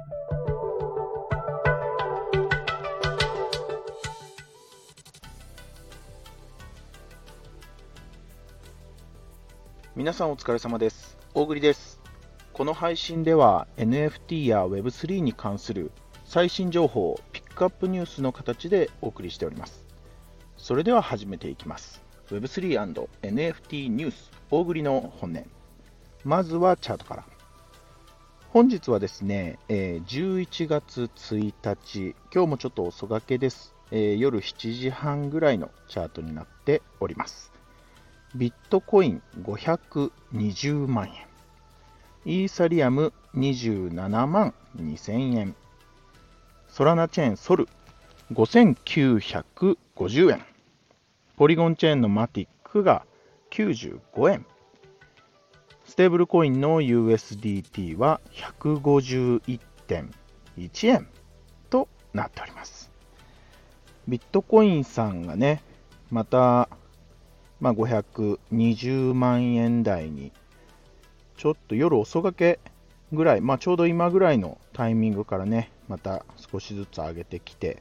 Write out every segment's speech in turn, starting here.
皆さんお疲れ様です。大栗です。この配信では NFT や Web3 に関する最新情報をピックアップニュースの形でお送りしております。それでは始めていきます。Web3&NFT ニュース大栗の本音。まずはチャートから。本日はですね、11月1日、今日もちょっと遅がけです。夜7時半ぐらいのチャートになっております。ビットコイン520万円、イーサリアム27万2000円、ソラナチェーンソル5950円、ポリゴンチェーンのマティックが95円、ステーブルコインの USDT は 151.1 円となっております。ビットコインさんがね、また520万円台にちょっと夜遅がけぐらい、ちょうど今ぐらいのタイミングからね、また少しずつ上げてきて、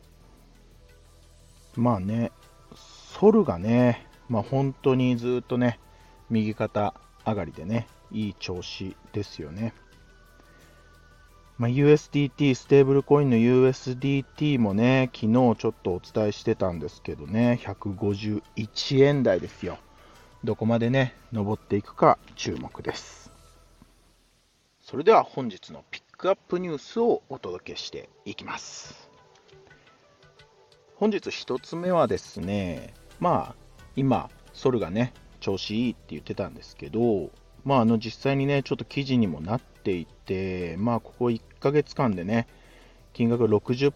ソルがね、本当にずっとね、右肩上がりでね、いい調子ですよね。USDT、ステーブルコインの USDT もね、昨日ちょっとお伝えしてたんですけどね、151円台ですよ。どこまでね、上っていくか注目です。それでは本日のピックアップニュースをお届けしていきます。本日一つ目はですね、今、ソルがね、調子いいって言ってたんですけど、実際にね、ちょっと記事にもなっていて、ここ1ヶ月間でね、金額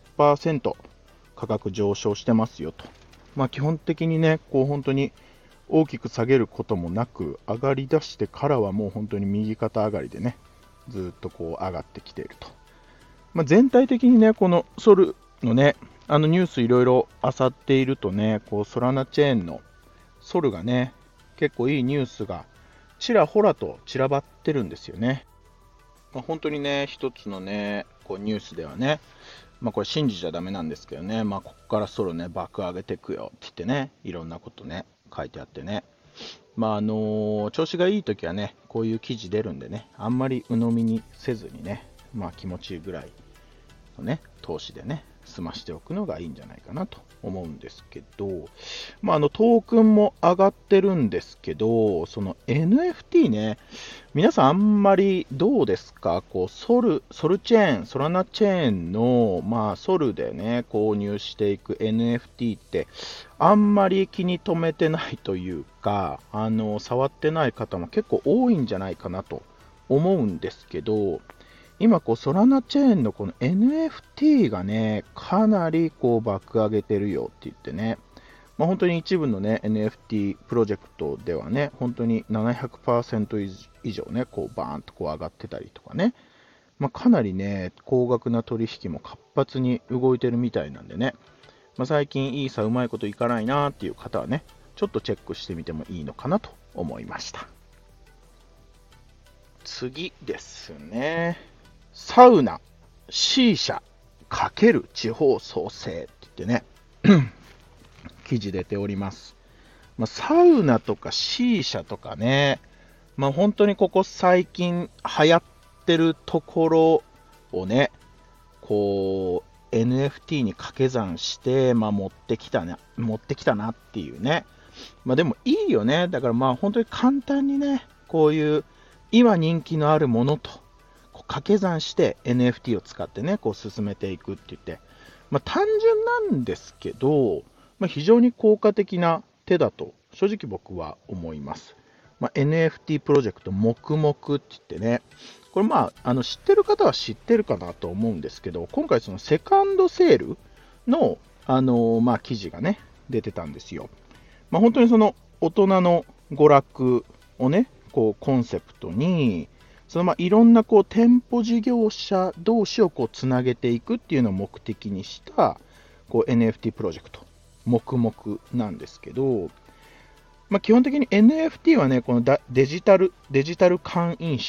60% 価格上昇してますよと。基本的にね、本当に大きく下げることもなく、上がり出してからはもう本当に右肩上がりでね、ずっと上がってきていると。全体的にね、このソルのね、ニュースいろいろ漁っているとね、ソラナチェーンのソルがね、結構いいニュースがちらほらと散らばってるんですよね。本当にね、一つのね、ニュースではね、これ信じちゃダメなんですけどね、ここからソロね、爆上げていくよって言ってね、いろんなことね、書いてあってね。調子がいいときはね、こういう記事出るんでね、あんまり鵜呑みにせずにね、気持ちいいぐらいのね、投資でね、済ましておくのがいいんじゃないかなと思うんですけど、トークンも上がってるんですけど、その NFT ね、皆さんあんまりどうですか？ソルチェーン、ソラナチェーンの、ソルでね、購入していく NFT って、あんまり気に留めてないというか、触ってない方も結構多いんじゃないかなと思うんですけど、今ソラナチェーンのこの NFT がね、かなり爆上げてるよって言ってね、本当に一部のね、NFT プロジェクトではね、本当に700% 以上ね、バーンと上がってたりとかね、かなりね、高額な取引も活発に動いてるみたいなんでね、最近イーサうまいこといかないなっていう方はね、ちょっとチェックしてみてもいいのかなと思いました。次ですね。サウナ、C 社×地方創生って言ってね、記事出ております。サウナとか C 社とかね、本当にここ最近流行ってるところをね、NFT に掛け算して、持ってきたなっていうね。でもいいよね。だから本当に簡単にね、こういう今人気のあるものと掛け算して NFT を使ってね、進めていくって言って、単純なんですけど、非常に効果的な手だと正直僕は思います。NFT プロジェクト黙々って言ってね、これ知ってる方は知ってるかなと思うんですけど、今回そのセカンドセールの記事がね出てたんですよ。本当にその大人の娯楽をねコンセプトに、そのいろんな店舗事業者同士をつなげていくっていうのを目的にしたNFT プロジェクト黙々なんですけど、基本的に NFT はね、このデジタル会員証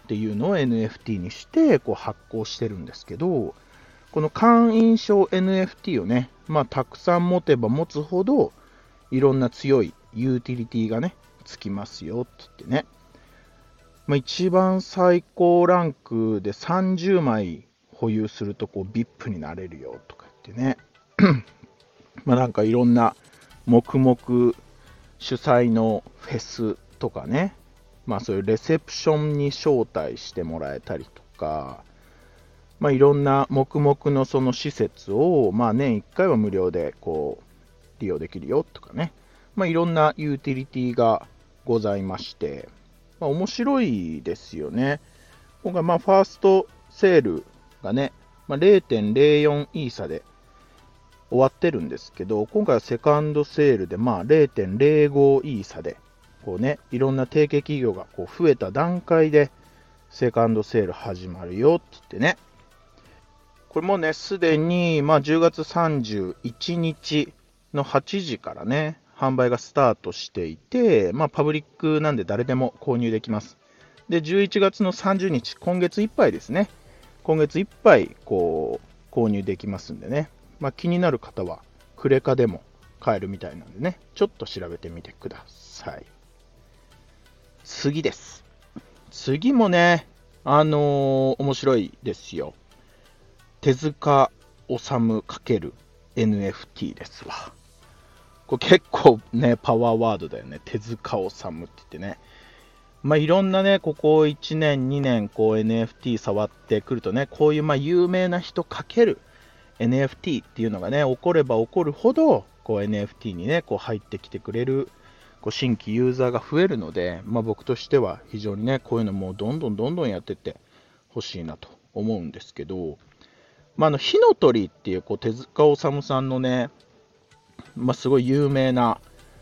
っていうのを NFT にしてこう発行してるんですけど、この会員証 NFT をね、たくさん持てば持つほどいろんな強いユーティリティがねつきますよって言ってね、一番最高ランクで30枚保有するとこう VIP になれるよとか言ってねなんかいろんな黙々主催のフェスとかね、そういうレセプションに招待してもらえたりとか、いろんな黙々のその施設を、年1回は無料でこう利用できるよとかね、いろんなユーティリティがございまして、面白いですよね。今回ファーストセールがね、0.04 イーサで終わってるんですけど、今回はセカンドセールで0.05 イーサでこうね、いろんな提携企業がこう増えた段階でセカンドセール始まるよって言ってね、これもねすでに10月31日の8時からね販売がスタートしていて、パブリックなんで誰でも購入できます。で、11月の30日、今月いっぱいですね。今月いっぱいこう購入できますんでね。気になる方はクレカでも買えるみたいなんでね、ちょっと調べてみてください。次です。次もね、面白いですよ。手塚治虫×NFT ですわ。これ結構ね、パワーワードだよね。手塚治虫って言ってね。いろんなね、ここ1年、2年、こう NFT 触ってくるとね、こういう有名な人×NFT っていうのがね、起これば起こるほど、こう NFT にね、こう入ってきてくれる、こう新規ユーザーが増えるので、僕としては非常にね、こういうのもどんどんやってってほしいなと思うんですけど、火の鳥っていうこう手塚治虫さんのね、すごい有名な、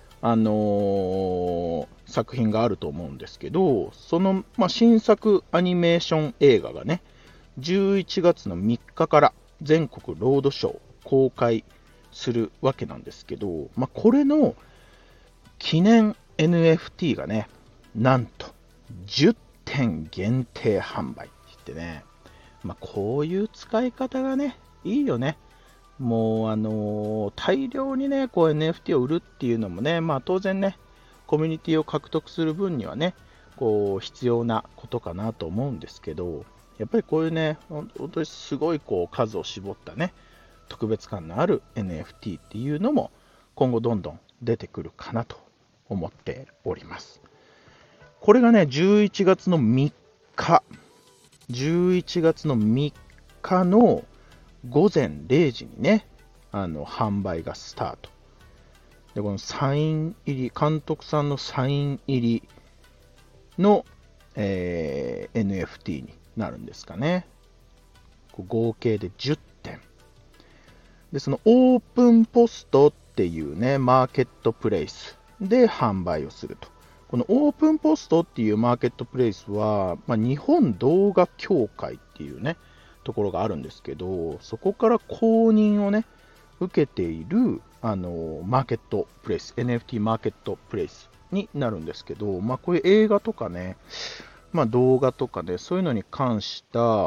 作品があると思うんですけど、その、新作アニメーション映画がね、11月の3日から全国ロードショー公開するわけなんですけど、これの記念 NFT がね、なんと10点限定販売って言ってね、こういう使い方がね、いいよね。もう大量にね、こう NFT を売るっていうのもね、当然ね、コミュニティを獲得する分にはね、こう必要なことかなと思うんですけど、やっぱりこういうね、本当にすごいこう数を絞ったね、特別感のある NFT っていうのも今後どんどん出てくるかなと思っております。これがね、11月の3日、11月の3日の午前0時にね、販売がスタート。で、このサイン入り、監督さんのサイン入りの、NFT になるんですかね。合計で10点。で、そのオープンポストっていうね、マーケットプレイスで販売をすると。このオープンポストっていうマーケットプレイスは、日本動画協会っていうね、ところがあるんですけど、そこから公認をね、受けているマーケットプレイス、NFT マーケットプレイスになるんですけど、こういう映画とかね、動画とかね、そういうのに関した、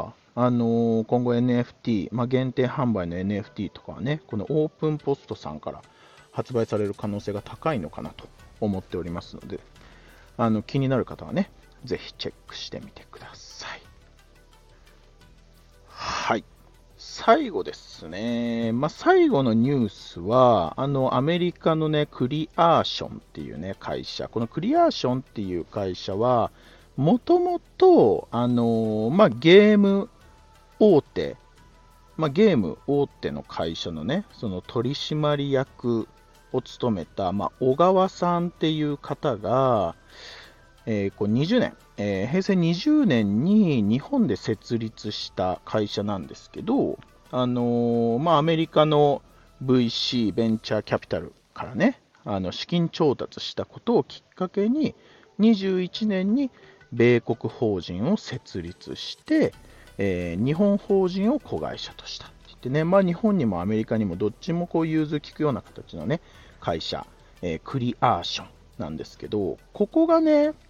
今後 NFT、限定販売の NFT とかはね、このオープンポストさんから発売される可能性が高いのかなと思っておりますので、気になる方はね、ぜひチェックしてみてください。はい。最後ですね。最後のニュースは、アメリカのね、クリアーションっていうね、会社。このクリアーションっていう会社は、もともと、ゲーム大手、ゲーム大手の会社のね、その取締役を務めた、小川さんっていう方が、こう20年、平成20年に日本で設立した会社なんですけど、アメリカの VC ベンチャーキャピタルからね、資金調達したことをきっかけに、21年に米国法人を設立して、日本法人を子会社としたって言ってね、日本にもアメリカにもどっちもこう融通きくような形のね、会社、クリアーションなんですけど、ここがね、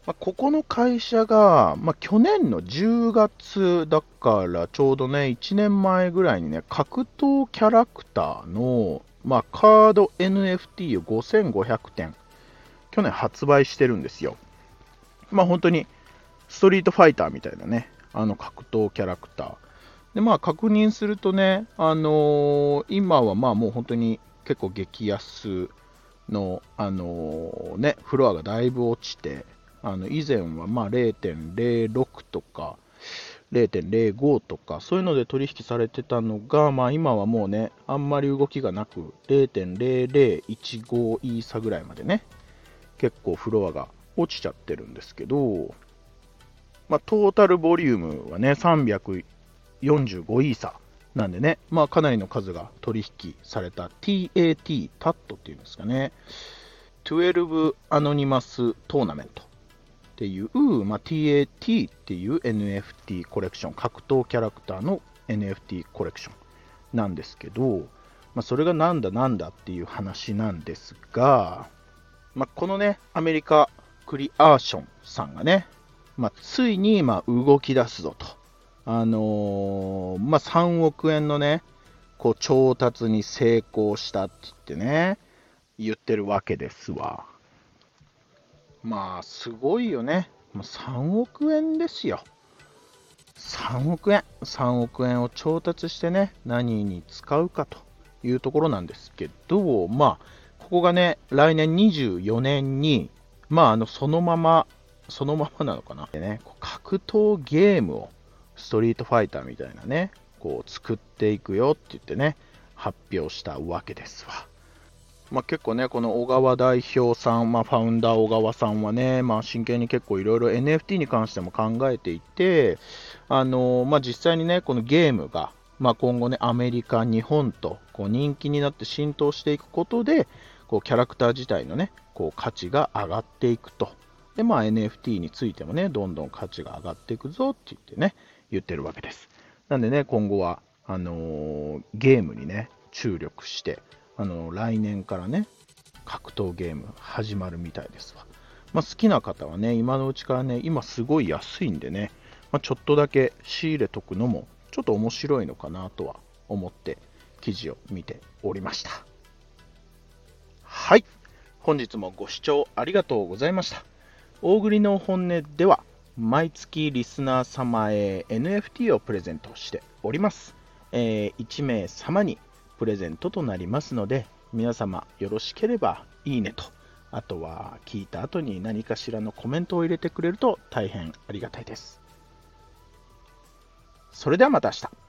ここの会社が、去年の10月だからちょうどね、1年前ぐらいにね、格闘キャラクターの、カード NFT を5500点、去年発売してるんですよ。本当にストリートファイターみたいなね、格闘キャラクター。で、確認するとね、今はもう本当に結構激安の、フロアがだいぶ落ちて、以前は0.06とか0.05とかそういうので取引されてたのが、今はもうね、あんまり動きがなく0.0015イーサぐらいまでね、結構フロアが落ちちゃってるんですけど、トータルボリュームはね、345イーサなんでね、かなりの数が取引された TAT っていうんですかね、12アノニマストーナメントっていう、TAT っていう NFT コレクション、格闘キャラクターの NFT コレクションなんですけど、それがなんだっていう話なんですが、このね、アメリカクリアーションさんがね、ついに動き出すぞと。3億円のね、こう調達に成功したって言ってね、言ってるわけですわ。すごいよね。3億円ですよ。3億円。3億円を調達してね、何に使うかというところなんですけど、ここがね、来年24年に、そのままなのかな。でね、格闘ゲームを、ストリートファイターみたいなね、こう作っていくよって言ってね、発表したわけですわ。結構ね、この小川代表さん、ファウンダー小川さんはね、真剣に結構いろいろ NFT に関しても考えていて、実際にね、このゲームが、今後ね、アメリカ、日本とこう人気になって浸透していくことで、こうキャラクター自体のね、こう価値が上がっていくと。で、NFT についてもね、どんどん価値が上がっていくぞって言ってね、言ってるわけです。なんでね、今後は、ゲームにね、注力して、来年からね、格闘ゲーム始まるみたいですわ。好きな方はね、今のうちからね、今すごい安いんでね、ちょっとだけ仕入れとくのも、ちょっと面白いのかなとは思って、記事を見ておりました。はい。本日もご視聴ありがとうございました。大栗の本音では、毎月リスナー様へ NFT をプレゼントしております。1名様にプレゼントとなりますので、皆様よろしければいいねと、あとは聞いた後に何かしらのコメントを入れてくれると大変ありがたいです。それではまた明日。